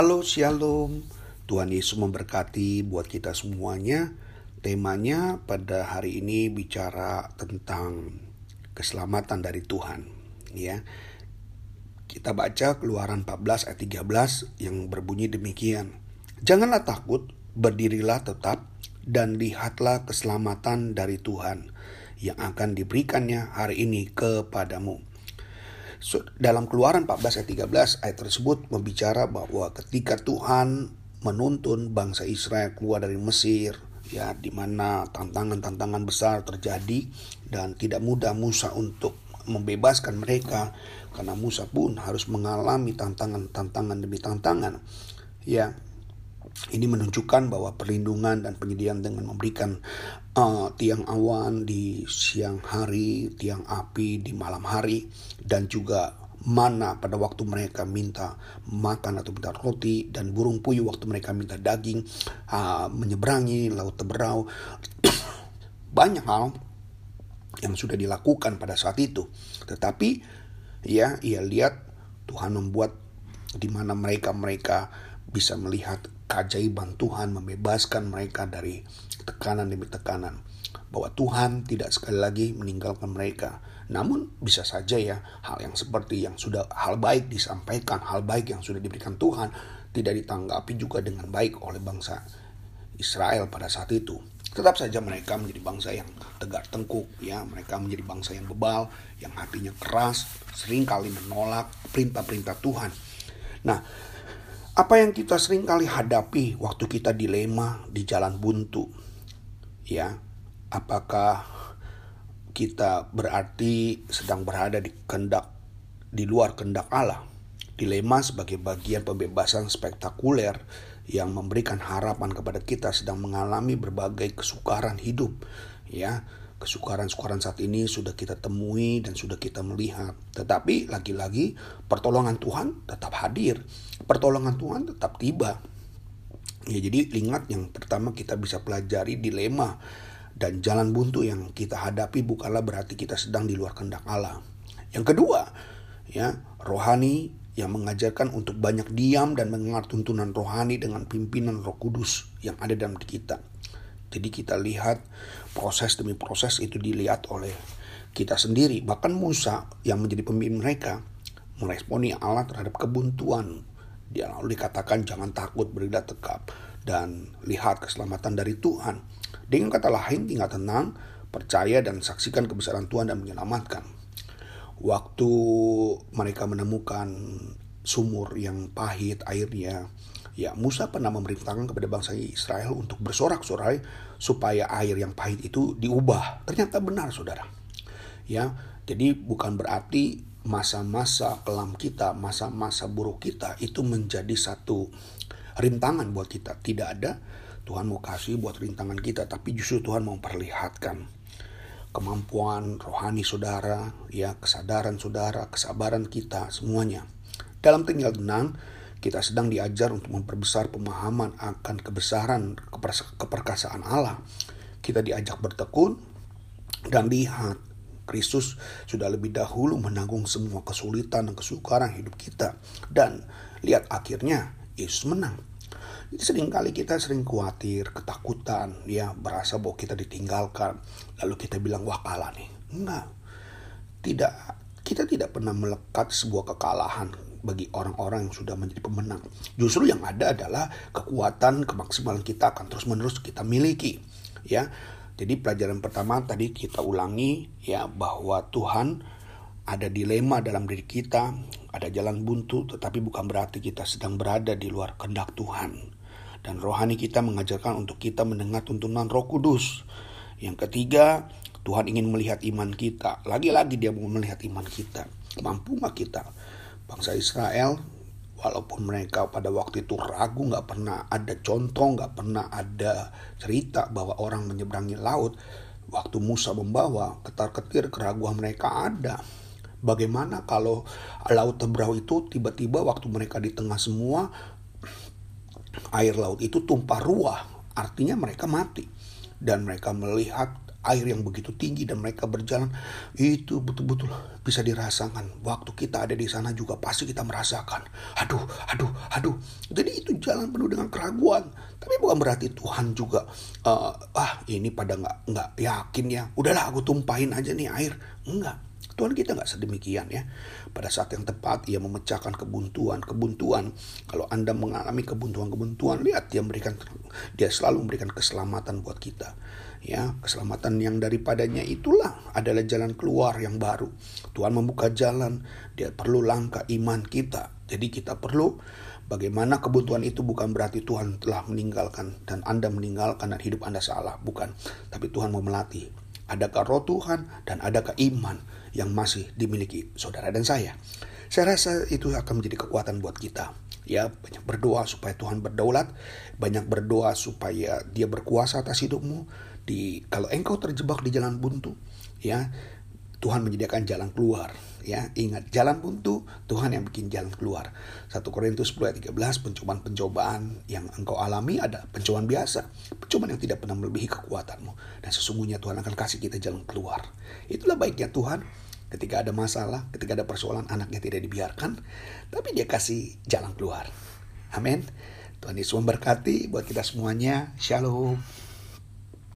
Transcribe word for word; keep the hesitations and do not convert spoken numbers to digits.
Halo Shalom, Tuhan Yesus memberkati buat kita semuanya. Temanya pada hari ini bicara tentang keselamatan dari Tuhan. Ya, kita baca Keluaran empat belas ayat tiga belas yang berbunyi demikian. Janganlah takut, berdirilah tetap dan lihatlah keselamatan dari Tuhan yang akan diberikannya hari ini kepadamu. So, dalam Keluaran empat belas ayat tiga belas, ayat tersebut membicara bahwa ketika Tuhan menuntun bangsa Israel keluar dari Mesir, ya, di mana tantangan-tantangan besar terjadi dan tidak mudah Musa untuk membebaskan mereka, karena Musa pun harus mengalami tantangan-tantangan demi tantangan. Ya, ini menunjukkan bahwa perlindungan dan penyediaan dengan memberikan uh, tiang awan di siang hari, tiang api di malam hari, dan juga mana pada waktu mereka minta makan atau minta roti, dan burung puyuh waktu mereka minta daging, uh, menyeberangi laut Teberau. Banyak hal yang sudah dilakukan pada saat itu. Tetapi ya, ia lihat Tuhan membuat di mana mereka-mereka bisa melihat keajaiban Tuhan membebaskan mereka dari tekanan demi tekanan. Bahwa Tuhan tidak sekali lagi meninggalkan mereka. Namun bisa saja ya, hal yang seperti yang sudah hal baik disampaikan, hal baik yang sudah diberikan Tuhan tidak ditanggapi juga dengan baik oleh bangsa Israel pada saat itu. Tetap saja mereka menjadi bangsa yang tegar tengkuk, ya, mereka menjadi bangsa yang bebal, yang hatinya keras, seringkali menolak perintah-perintah Tuhan. Nah, apa yang kita seringkali hadapi waktu kita dilema di jalan buntu? Ya, apakah kita berarti sedang berada di kehendak di luar kehendak Allah? Dilema sebagai bagian pembebasan spektakuler yang memberikan harapan kepada kita sedang mengalami berbagai kesukaran hidup. Ya, kesukaran-kesukaran saat ini sudah kita temui dan sudah kita melihat. Tetapi lagi-lagi pertolongan Tuhan tetap hadir. Pertolongan Tuhan tetap tiba. Ya, jadi ingat, yang pertama kita bisa pelajari dilema dan jalan buntu yang kita hadapi bukanlah berarti kita sedang di luar kehendak Allah. Yang kedua, ya, rohani yang mengajarkan untuk banyak diam dan mendengar tuntunan rohani dengan pimpinan Roh Kudus yang ada dalam diri kita. Jadi kita lihat proses demi proses itu dilihat oleh kita sendiri. Bahkan Musa yang menjadi pemimpin mereka meresponi Allah terhadap kebuntuan. Dia lalu dikatakan jangan takut, berdirilah tegap dan lihat keselamatan dari Tuhan. Dengan kata lain, tinggal tenang, percaya dan saksikan kebesaran Tuhan dan menyelamatkan. Waktu mereka menemukan sumur yang pahit airnya, ya, Musa pernah memerintahkan kepada bangsa Israel untuk bersorak-sorai supaya air yang pahit itu diubah. Ternyata benar, saudara. Ya, jadi bukan berarti masa-masa kelam kita, masa-masa buruk kita itu menjadi satu rintangan buat kita. Tidak ada. Tuhan mau kasih buat rintangan kita, tapi justru Tuhan mau memperlihatkan kemampuan rohani saudara, ya, kesadaran saudara, kesabaran kita, semuanya. Dalam tinggal tenang, kita sedang diajar untuk memperbesar pemahaman akan kebesaran, keperkasaan Allah. Kita diajak bertekun dan lihat Kristus sudah lebih dahulu menanggung semua kesulitan dan kesukaran hidup kita. Dan lihat akhirnya Yesus menang. Jadi seringkali kita sering khawatir, ketakutan, ya, berasa bahwa kita ditinggalkan. Lalu kita bilang, wah, kalah nih. Enggak. Tidak, kita tidak pernah melekat sebuah kekalahan bagi orang-orang yang sudah menjadi pemenang. Justru yang ada adalah kekuatan, kemaksimalan kita akan terus-menerus kita miliki. Ya, jadi pelajaran pertama tadi kita ulangi, ya, bahwa Tuhan ada dilema dalam diri kita, ada jalan buntu, tetapi bukan berarti kita sedang berada di luar kehendak Tuhan. Dan rohani kita mengajarkan untuk kita mendengar tuntunan Roh Kudus. Yang ketiga, Tuhan ingin melihat iman kita. Lagi-lagi dia mau melihat iman kita. Mampu gak kita? Bangsa Israel, walaupun mereka pada waktu itu ragu, gak pernah ada contoh, gak pernah ada cerita bahwa orang menyeberangi laut. Waktu Musa membawa, ketar-ketir keraguan mereka ada. Bagaimana kalau laut Teberau itu tiba-tiba waktu mereka di tengah semua, air laut itu tumpah ruah, artinya mereka mati. Dan mereka melihat air yang begitu tinggi dan mereka berjalan, itu betul-betul bisa dirasakan. Waktu kita ada di sana juga pasti kita merasakan, aduh, aduh, aduh. Jadi itu jalan penuh dengan keraguan. Tapi bukan berarti Tuhan juga, uh, ah ini pada nggak nggak yakin ya, udahlah aku tumpahin aja nih air. Enggak. Tuhan kita nggak sedemikian ya. Pada saat yang tepat Ia memecahkan kebuntuan-kebuntuan. Kalau Anda mengalami kebuntuan-kebuntuan, lihat Dia memberikan, Dia selalu memberikan keselamatan buat kita. Ya, keselamatan yang daripadanya itulah adalah jalan keluar yang baru. Tuhan membuka jalan, Dia perlu langkah iman kita. Jadi kita perlu, bagaimana kebuntuan itu bukan berarti Tuhan telah meninggalkan dan Anda meninggalkan dan hidup Anda salah, bukan. Tapi Tuhan mau melatih. Adakah roh Tuhan dan adakah iman yang masih dimiliki saudara dan saya? Saya rasa itu akan menjadi kekuatan buat kita. Ya, banyak berdoa supaya Tuhan berdaulat, banyak berdoa supaya Dia berkuasa atas hidupmu. Di kalau engkau terjebak di jalan buntu, ya, Tuhan menyediakan jalan keluar. Ya, ingat, jalan buntu Tuhan yang bikin jalan keluar. satu Korintus sepuluh ayat tiga belas, pencobaan-pencobaan yang engkau alami ada pencobaan biasa, pencobaan yang tidak pernah melebihi kekuatanmu, dan sesungguhnya Tuhan akan kasih kita jalan keluar. Itulah baiknya Tuhan. Ketika ada masalah, ketika ada persoalan, anaknya tidak dibiarkan, tapi Dia kasih jalan keluar. Amin. Tuhan Yesus memberkati buat kita semuanya. Shalom.